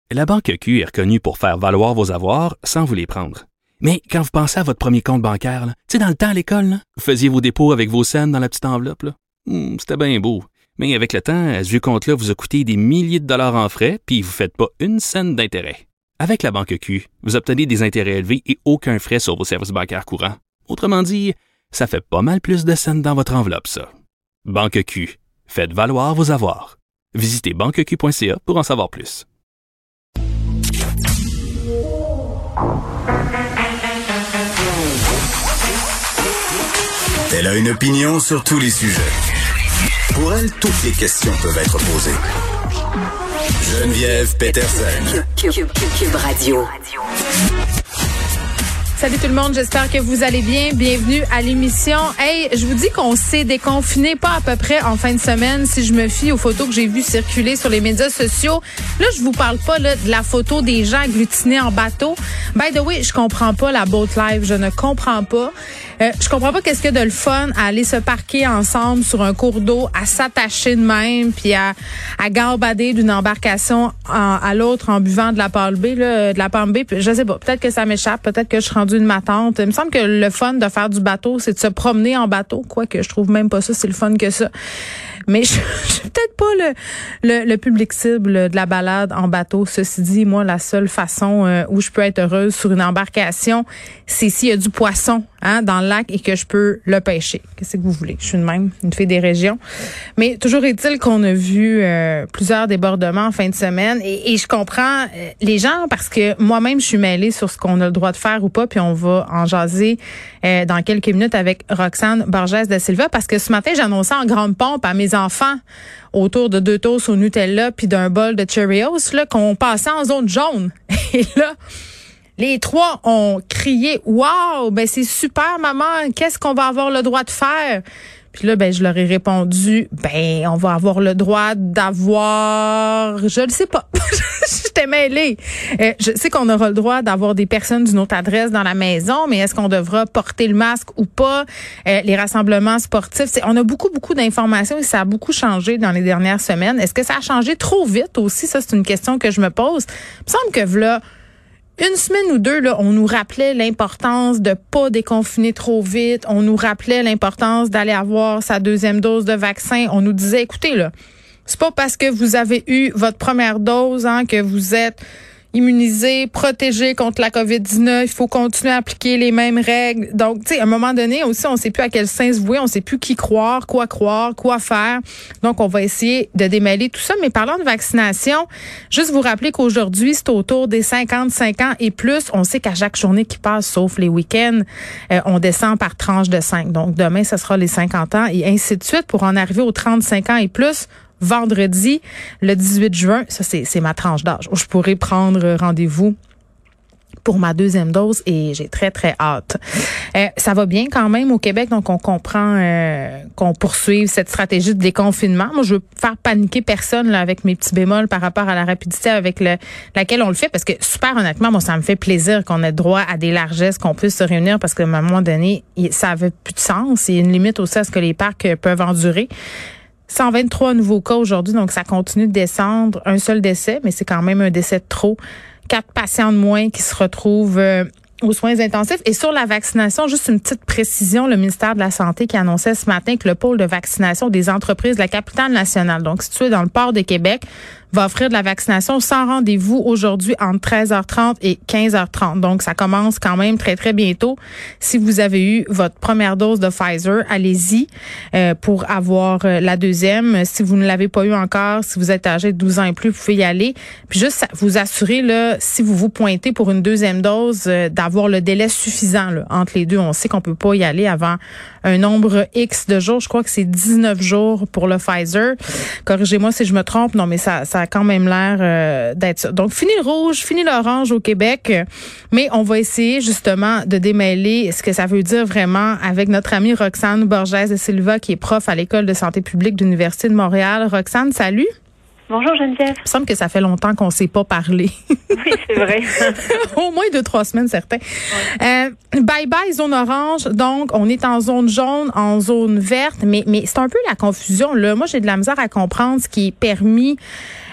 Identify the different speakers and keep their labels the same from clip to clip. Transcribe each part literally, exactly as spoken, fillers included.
Speaker 1: La Banque Q est reconnue pour faire valoir vos avoirs sans vous les prendre. Mais quand vous pensez à votre premier compte bancaire, tu sais, dans le temps à l'école, là, vous faisiez vos dépôts avec vos scènes dans la petite enveloppe. Là. Hum, c'était bien beau. Mais avec le temps, ce vieux compte-là vous a coûté des milliers de dollars en frais, puis vous ne faites pas une scène d'intérêt. Avec la Banque Q, vous obtenez des intérêts élevés et aucun frais sur vos services bancaires courants. Autrement dit, ça fait pas mal plus de scènes dans votre enveloppe, ça. Banque Q. Faites valoir vos avoirs. Visitez banque q point c a pour en savoir plus.
Speaker 2: Elle a une opinion sur tous les sujets. Pour elle, toutes les questions peuvent être posées. Geneviève Peterson.
Speaker 3: Cube, Cube, Cube, Cube Radio.
Speaker 4: Salut tout le monde, j'espère que vous allez bien. Bienvenue à l'émission. Hey, je vous dis qu'on s'est déconfiné pas à peu près en fin de semaine si je me fie aux photos que j'ai vues circuler sur les médias sociaux. Là, je vous parle pas là, de la photo des gens agglutinés en bateau. By the way, je comprends pas la boat life, je ne comprends pas. Euh, je comprends pas qu'est-ce qu'il y a de le fun à aller se parquer ensemble sur un cours d'eau, à s'attacher de même, puis à, à gambader d'une embarcation en, à l'autre en buvant de la Palm Bay, là, de la Palm Bay. Je sais pas, peut-être que ça m'échappe, peut-être que je suis rendue une matante. Il me semble que le fun de faire du bateau, c'est de se promener en bateau, quoique je trouve même pas ça c'est le fun que ça. Mais je, je suis peut-être pas le, le, le public cible de la balade en bateau. Ceci dit, moi, la seule façon euh, où je peux être heureuse sur une embarcation, c'est s'il y a du poisson hein, dans le lac et que je peux le pêcher. Qu'est-ce que vous voulez? Je suis de même, une fille des régions. Mais toujours est-il qu'on a vu euh, plusieurs débordements en fin de semaine. Et, et je comprends euh, les gens parce que moi-même, je suis mêlée sur ce qu'on a le droit de faire ou pas. Puis on va en jaser euh, dans quelques minutes avec Roxane Borges da Silva. Parce que ce matin, j'annonçais en grande pompe à mes enfants autour de deux toasts au Nutella puis d'un bol de Cheerios là, qu'on passait en zone jaune. Et là, les trois ont crié « Wow, ben c'est super, maman, qu'est-ce qu'on va avoir le droit de faire? » Puis là, ben je leur ai répondu « Ben, on va avoir le droit d'avoir... » Je ne sais pas. J'étais mêlée. Euh, je sais qu'on aura le droit d'avoir des personnes d'une autre adresse dans la maison, mais est-ce qu'on devra porter le masque ou pas? Euh, les rassemblements sportifs, c'est, on a beaucoup, beaucoup d'informations et ça a beaucoup changé dans les dernières semaines. Est-ce que ça a changé trop vite aussi? Ça, c'est une question que je me pose. Il me semble que là, une semaine ou deux, là, on nous rappelait l'importance de pas déconfiner trop vite. On nous rappelait l'importance d'aller avoir sa deuxième dose de vaccin. On nous disait, écoutez, là, c'est pas parce que vous avez eu votre première dose, hein, que vous êtes immunisé, protégé contre la covid dix-neuf. Il faut continuer à appliquer les mêmes règles. Donc, tu sais, à un moment donné aussi, on sait plus à quel sein se vouer, on sait plus qui croire, quoi croire, quoi faire. Donc, on va essayer de démêler tout ça. Mais parlant de vaccination, juste vous rappeler qu'aujourd'hui, c'est autour des cinquante-cinq ans et plus. On sait qu'à chaque journée qui passe, sauf les week-ends, euh, on descend par tranche de cinq. Donc, demain, ce sera les cinquante ans et ainsi de suite pour en arriver aux trente-cinq ans et plus. Vendredi, le dix-huit juin, ça c'est, c'est ma tranche d'âge où je pourrais prendre rendez-vous pour ma deuxième dose et j'ai très, très hâte. Euh, ça va bien quand même au Québec, donc on comprend euh, qu'on poursuive cette stratégie de déconfinement. Moi, je veux faire paniquer personne là, avec mes petits bémols par rapport à la rapidité avec le, laquelle on le fait, parce que super honnêtement, moi, ça me fait plaisir qu'on ait droit à des largesses, qu'on puisse se réunir, parce qu'à un moment donné, ça avait plus de sens. Il y a une limite aussi à ce que les parcs peuvent endurer. cent vingt-trois nouveaux cas aujourd'hui, donc ça continue de descendre. Un seul décès, mais c'est quand même un décès de trop. Quatre patients de moins qui se retrouvent euh, aux soins intensifs. Et sur la vaccination, juste une petite précision, le ministère de la Santé qui annonçait ce matin que le pôle de vaccination des entreprises de la capitale nationale, donc situé dans le port de Québec, va offrir de la vaccination sans rendez-vous aujourd'hui entre treize heures trente et quinze heures trente. Donc, ça commence quand même très, très bientôt. Si vous avez eu votre première dose de Pfizer, allez-y euh, pour avoir euh, la deuxième. Si vous ne l'avez pas eu encore, si vous êtes âgé de douze ans et plus, vous pouvez y aller. Puis juste vous assurer, là, si vous vous pointez pour une deuxième dose, euh, d'avoir le délai suffisant là, entre les deux. On sait qu'on peut pas y aller avant un nombre X de jours. Je crois que c'est dix-neuf jours pour le Pfizer. Corrigez-moi si je me trompe. Non, mais ça, ça a quand même l'air euh, d'être ça. Donc, fini le rouge, fini l'orange au Québec. Mais on va essayer justement de démêler ce que ça veut dire vraiment avec notre amie Roxane Borges da Silva, qui est prof à l'École de santé publique de l'Université de Montréal. Roxane, salut.
Speaker 5: Bonjour Geneviève.
Speaker 4: Il me semble que ça fait longtemps qu'on ne s'est pas parlé.
Speaker 5: Oui, c'est vrai.
Speaker 4: Au moins deux, trois semaines, certains. Ouais. Euh, bye bye, zone orange. Donc, on est en zone jaune, en zone verte, mais, mais c'est un peu la confusion, là. Moi, j'ai de la misère à comprendre ce qui est permis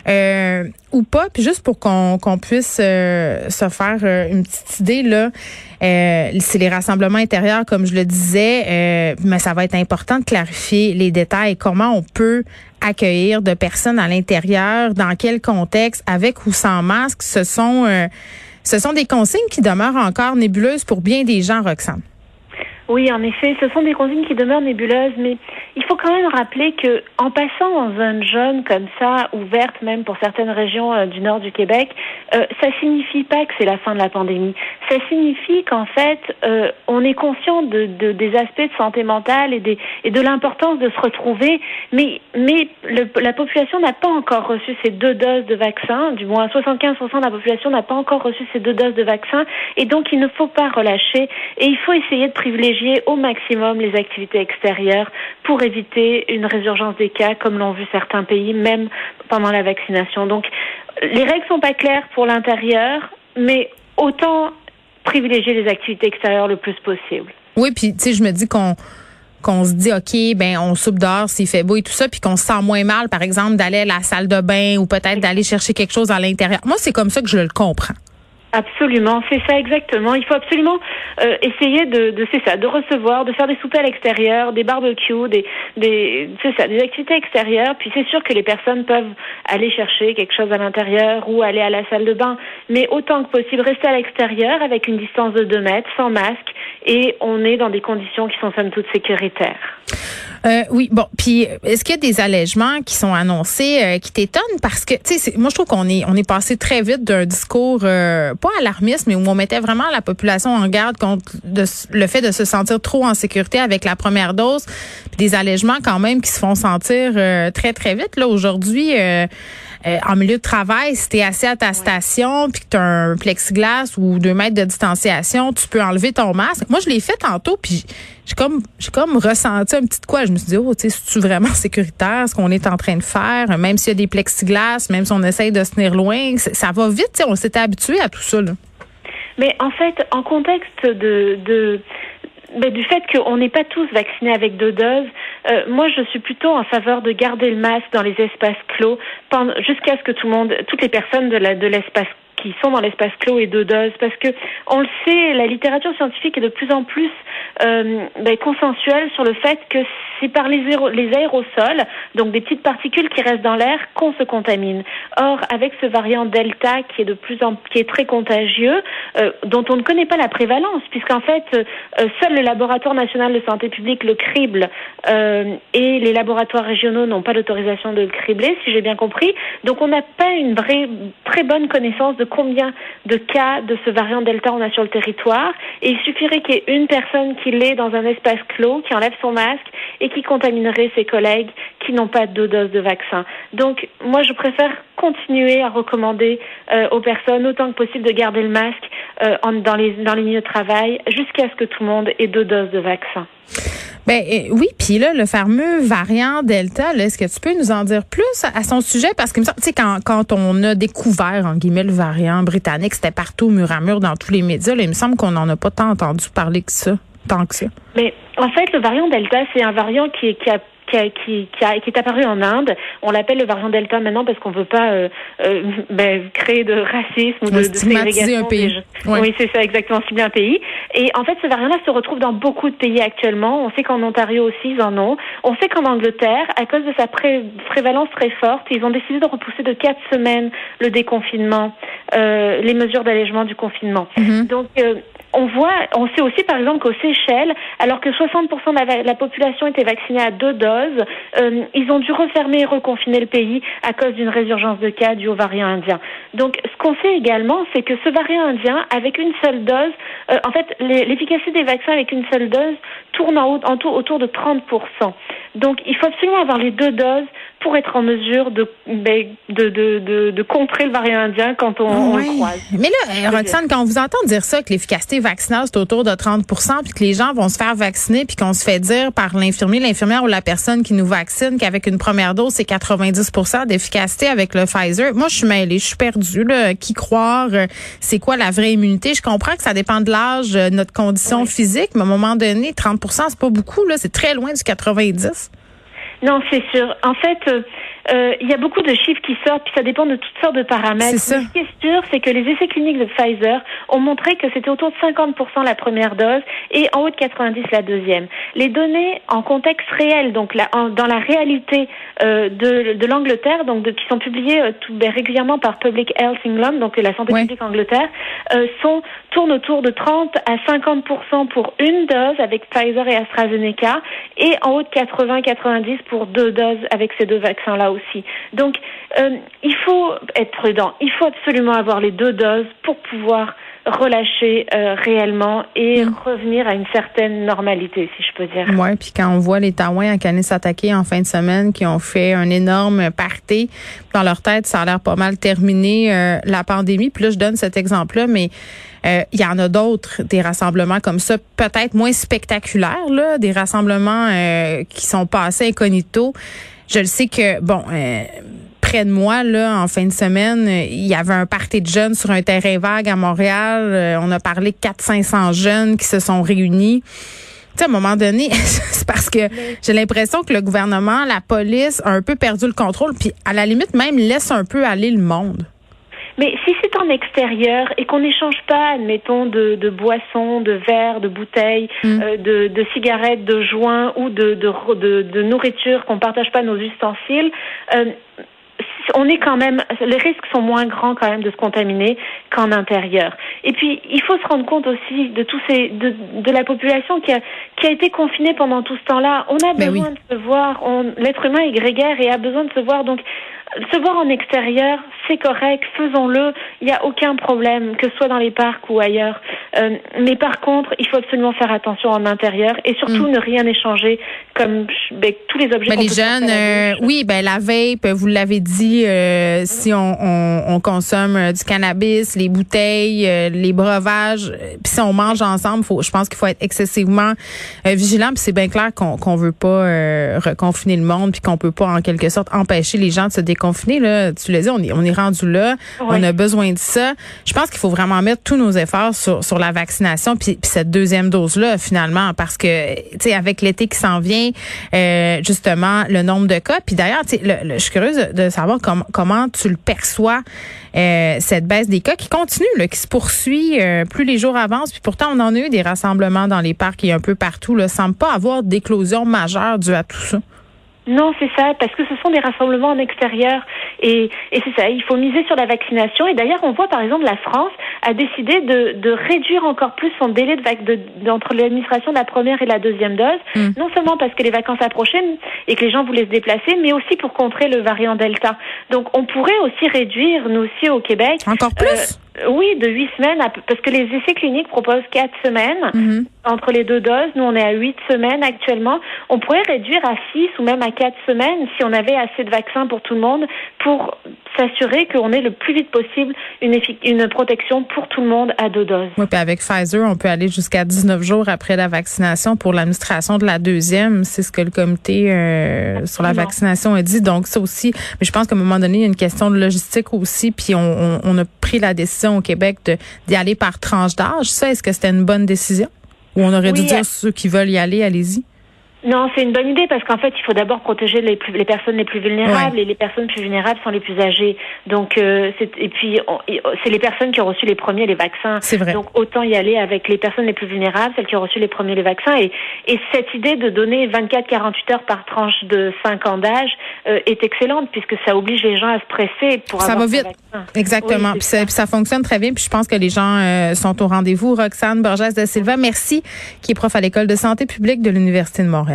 Speaker 4: euh, ou pas. Puis juste pour qu'on qu'on puisse euh, se faire euh, une petite idée, là, euh, c'est les rassemblements intérieurs, comme je le disais, euh, mais ça va être important de clarifier les détails. Comment on peut accueillir de personnes à l'intérieur, dans quel contexte, avec ou sans masque. Ce sont, euh, ce sont des consignes qui demeurent encore nébuleuses pour bien des gens, Roxane.
Speaker 5: Oui, en effet, ce sont des consignes qui demeurent nébuleuses, mais il faut quand même rappeler que en passant en zone jaune comme ça, ouverte même pour certaines régions euh, du nord du Québec, euh, ça signifie pas que c'est la fin de la pandémie. Ça signifie qu'en fait, euh, on est conscient de, de des aspects de santé mentale et des et de l'importance de se retrouver, mais mais le, la population n'a pas encore reçu ces deux doses de vaccin, du moins soixante-quinze pour cent de la population n'a pas encore reçu ces deux doses de vaccin, et donc il ne faut pas relâcher et il faut essayer de privilégier au maximum les activités extérieures pour éviter une résurgence des cas comme l'ont vu certains pays, même pendant la vaccination. Donc, les règles sont pas claires pour l'intérieur, mais autant privilégier les activités extérieures le plus possible.
Speaker 4: Oui, puis tu sais, je me dis qu'on qu'on se dit, OK, ben on soupe dehors s'il fait beau et tout ça, puis qu'on se sent moins mal, par exemple, d'aller à la salle de bain ou peut-être d'aller chercher quelque chose à l'intérieur. Moi, c'est comme ça que je le comprends.
Speaker 5: Absolument, c'est ça exactement. Il faut absolument euh, essayer de, de c'est ça, de recevoir, de faire des soupers à l'extérieur, des barbecues, des, des, c'est ça, des activités extérieures. Puis c'est sûr que les personnes peuvent aller chercher quelque chose à l'intérieur ou aller à la salle de bain, mais autant que possible rester à l'extérieur avec une distance de deux mètres, sans masque, et on est dans des conditions qui sont somme toute sécuritaires.
Speaker 4: Euh, oui, bon, puis est-ce qu'il y a des allègements qui sont annoncés euh, qui t'étonnent? Parce que, tu sais, moi je trouve qu'on est on est passé très vite d'un discours euh, pas alarmiste, mais où on mettait vraiment la population en garde contre de, le fait de se sentir trop en sécurité avec la première dose, puis des allègements quand même qui se font sentir euh, très très vite. Là aujourd'hui, euh, euh, en milieu de travail, si t'es assis à ta station puis que t'as un plexiglas ou deux mètres de distanciation, tu peux enlever ton masque. Moi je l'ai fait tantôt puis j'ai comme j'ai comme ressenti un petit quoi. Je me suis dit, oh, tu sais, c'est-tu vraiment sécuritaire, ce qu'on est en train de faire, même s'il y a des plexiglas, même si on essaye de se tenir loin, ça va vite, tu sais, on s'était habitué à tout ça, là.
Speaker 5: Mais en fait, en contexte de, de ben, du fait qu'on n'est pas tous vaccinés avec deux doses, euh, moi je suis plutôt en faveur de garder le masque dans les espaces clos pendant, jusqu'à ce que tout le monde, toutes les personnes de la de l'espace qui sont dans l'espace clos et deux doses, parce que on le sait, la littérature scientifique est de plus en plus euh, ben, consensuelle sur le fait que c'est par les, aéro- les aérosols, donc des petites particules qui restent dans l'air, qu'on se contamine. Or, avec ce variant Delta qui est de plus en qui est très contagieux, euh, dont on ne connaît pas la prévalence, puisqu'en fait, euh, seul le laboratoire national de santé publique le crible euh, et les laboratoires régionaux n'ont pas l'autorisation de le cribler, si j'ai bien compris. Donc, on n'a pas une vraie très bonne connaissance de combien de cas de ce variant Delta on a sur le territoire, et il suffirait qu'il y ait une personne qui l'ait dans un espace clos, qui enlève son masque et qui contaminerait ses collègues qui n'ont pas deux doses de vaccin. Donc, moi, je préfère continuer à recommander euh, aux personnes autant que possible de garder le masque euh, en, dans les dans les milieux de travail jusqu'à ce que tout le monde ait deux doses de vaccin.
Speaker 4: Ben euh, oui, puis là, le fameux variant Delta, là, est-ce que tu peux nous en dire plus à son sujet? Parce que, tu sais, quand, quand on a découvert, en guillemets, le variant britannique, c'était partout, mur à mur, dans tous les médias, là, il me semble qu'on n'en a pas tant entendu parler que ça, tant que ça.
Speaker 5: Mais en fait, le variant Delta, c'est un variant qui, qui a Qui, a, qui, qui, a, qui est apparu en Inde. On l'appelle le variant Delta maintenant parce qu'on veut pas euh, euh, ben, créer de racisme ou de, de ségrégation.
Speaker 4: Un pays.
Speaker 5: Ouais. Oui, c'est ça, exactement, cibler un pays. Et en fait, ce variant-là se retrouve dans beaucoup de pays actuellement. On sait qu'en Ontario aussi, ils en ont. On sait qu'en Angleterre, à cause de sa pré- prévalence très forte, ils ont décidé de repousser de quatre semaines le déconfinement, euh, les mesures d'allègement du confinement. Mm-hmm. Donc, euh, on voit, on sait aussi par exemple qu'aux Seychelles, alors que soixante pour cent de la, la population était vaccinée à deux doses, euh, ils ont dû refermer et reconfiner le pays à cause d'une résurgence de cas due au variant indien. Donc, ce qu'on sait également, c'est que ce variant indien, avec une seule dose, euh, en fait, les, l'efficacité des vaccins avec une seule dose tourne en, haut, en tout autour de trente pour cent. Donc, il faut absolument avoir les deux doses pour être en mesure de, de, de, de, de contrer le variant indien quand on, oui. on le croise.
Speaker 4: Mais là, Roxane, quand on vous entend dire ça, que l'efficacité vaccinale, c'est autour de trente pour cent, puis que les gens vont se faire vacciner, puis qu'on se fait dire par l'infirmier, l'infirmière ou la personne qui nous vaccine qu'avec une première dose, c'est quatre-vingt-dix pour cent d'efficacité avec le Pfizer. Moi, je suis mêlée, je suis perdue. Là. Qui croire? C'est quoi la vraie immunité? Je comprends que ça dépend de l'âge, de notre condition oui. physique, mais à un moment donné, trente pour cent, c'est pas beaucoup. Là, c'est très loin du quatre-vingt-dix.
Speaker 5: Non, c'est sûr. En fait, euh, euh, il y a beaucoup de chiffres qui sortent, puis ça dépend de toutes sortes de paramètres.
Speaker 4: C'est ça.
Speaker 5: Mais ce qui est sûr, c'est que les essais cliniques de Pfizer ont montré que c'était autour de cinquante pour cent la première dose et en haut de quatre-vingt-dix la deuxième. Les données en contexte réel, donc la, en, dans la réalité euh, de, de l'Angleterre, donc de, qui sont publiées euh, tout, ben, régulièrement par Public Health England, donc la santé
Speaker 4: ouais.
Speaker 5: publique Angleterre, euh, sont tournent autour de trente à cinquante pour cent pour une dose avec Pfizer et AstraZeneca et en haut de quatre-vingts à quatre-vingt-dix pour deux doses avec ces deux vaccins-là aussi. Donc, euh, il faut être prudent. Il faut absolument avoir les deux doses pour pouvoir relâcher euh, réellement et mmh. revenir à une certaine normalité, si je peux dire.
Speaker 4: Oui, puis quand on voit les Taouins à Kanesatake en fin de semaine qui ont fait un énorme party, dans leur tête, ça a l'air pas mal terminé euh, la pandémie. Puis là, je donne cet exemple-là, mais euh, il y en a d'autres, des rassemblements comme ça, peut-être moins spectaculaires, là, des rassemblements euh, qui sont passés incognito. Je le sais que, bon... Euh, près de moi, là, en fin de semaine, il y avait un party de jeunes sur un terrain vague à Montréal. On a parlé de quatre cents à cinq cents jeunes qui se sont réunis. Tu sais, à un moment donné, c'est parce que j'ai l'impression que le gouvernement, la police, a un peu perdu le contrôle, puis à la limite même laisse un peu aller le monde.
Speaker 5: Mais si c'est en extérieur et qu'on n'échange pas, admettons, de, de boissons, de verres, de bouteilles, mm. euh, de, de cigarettes, de joints ou de, de, de, de nourriture, qu'on partage pas nos ustensiles, euh, on est quand même, les risques sont moins grands quand même de se contaminer qu'en intérieur. Et puis, il faut se rendre compte aussi de tous ces, de, de la population qui a, qui a été confinée pendant tout ce temps-là. On a
Speaker 4: ben
Speaker 5: besoin
Speaker 4: oui.
Speaker 5: de se voir. On, l'être humain est grégaire et a besoin de se voir. Donc, se voir en extérieur, c'est correct, faisons-le, il n'y a aucun problème, que ce soit dans les parcs ou ailleurs. Euh, mais par contre, il faut absolument faire attention en intérieur et surtout mm. ne rien échanger comme ben, tous les objets.
Speaker 4: Ben,
Speaker 5: qu'on
Speaker 4: les
Speaker 5: peut
Speaker 4: jeunes, euh, oui, ben la vape, vous l'avez dit, euh, mm. si on, on, on consomme euh, du cannabis, les bouteilles, euh, les breuvages, euh, puis si on mange ensemble, faut, je pense qu'il faut être excessivement euh, vigilant. Puis c'est bien clair qu'on qu'on veut pas euh, reconfiner le monde, puis qu'on peut pas en quelque sorte empêcher les gens de se déconfiner. Là, tu l'as dit, on est, on est rendu là, oui. on a besoin de ça. Je pense qu'il faut vraiment mettre tous nos efforts sur, sur la vaccination puis, puis cette deuxième dose-là, finalement, parce que, tu sais, avec l'été qui s'en vient, euh, justement, le nombre de cas. Puis d'ailleurs, tu sais, le, le, je suis curieuse de, de savoir com- comment tu le perçois, euh, cette baisse des cas qui continue, là, qui se poursuit euh, plus les jours avancent. Puis pourtant, on en a eu des rassemblements dans les parcs et un peu partout. Là, semble pas avoir d'éclosion majeure due à tout ça.
Speaker 5: Non, c'est ça, parce que ce sont des rassemblements en extérieur et, et c'est ça, il faut miser sur la vaccination. Et d'ailleurs, on voit par exemple la France a décidé de, de réduire encore plus son délai de, vac- de d'entre l'administration de la première et la deuxième dose, mmh. non seulement parce que les vacances approchaient et que les gens voulaient se déplacer, mais aussi pour contrer le variant Delta. Donc, on pourrait aussi réduire, nous aussi au Québec,
Speaker 4: encore plus.
Speaker 5: Euh, oui, de huit semaines, parce que les essais cliniques proposent quatre semaines mmh. entre les deux doses. Nous, on est à huit semaines actuellement. On pourrait réduire à six ou même à quatre semaines si on avait assez de vaccins pour tout le monde pour s'assurer qu'on ait le plus vite possible une, effic- une protection pour tout le monde à deux doses.
Speaker 4: Oui, puis avec Pfizer, on peut aller jusqu'à dix-neuf jours après la vaccination pour l'administration de la deuxième. C'est ce que le comité euh, sur la vaccination a dit. Donc, ça aussi, mais je pense qu'à un moment donné, il y a une question de logistique aussi, puis on, on, on a pris la décision au Québec de, d'y aller par tranche d'âge. Ça, est-ce que c'était une bonne décision? Ou on aurait dû oui, dire à ceux qui veulent y aller, allez-y?
Speaker 5: Non, c'est une bonne idée parce qu'en fait, il faut d'abord protéger les, plus, les personnes les plus vulnérables
Speaker 4: ouais.
Speaker 5: et les personnes plus vulnérables sont les plus âgées. Donc, euh, c'est, et puis, on, c'est les personnes qui ont reçu les premiers les vaccins.
Speaker 4: C'est vrai.
Speaker 5: Donc, autant y aller avec les personnes les plus vulnérables, celles qui ont reçu les premiers les vaccins. Et, et cette idée de donner vingt-quatre à quarante-huit heures par tranche de cinq ans d'âge euh, est excellente puisque ça oblige les gens à se presser pour
Speaker 4: ça
Speaker 5: avoir
Speaker 4: va vite.
Speaker 5: Vaccin.
Speaker 4: Exactement. Oui, puis, ça, puis ça fonctionne très bien. Puis je pense que les gens euh, sont au rendez-vous. Roxane Borges de Silva, merci, qui est prof à l'École de santé publique de l'Université de Montréal.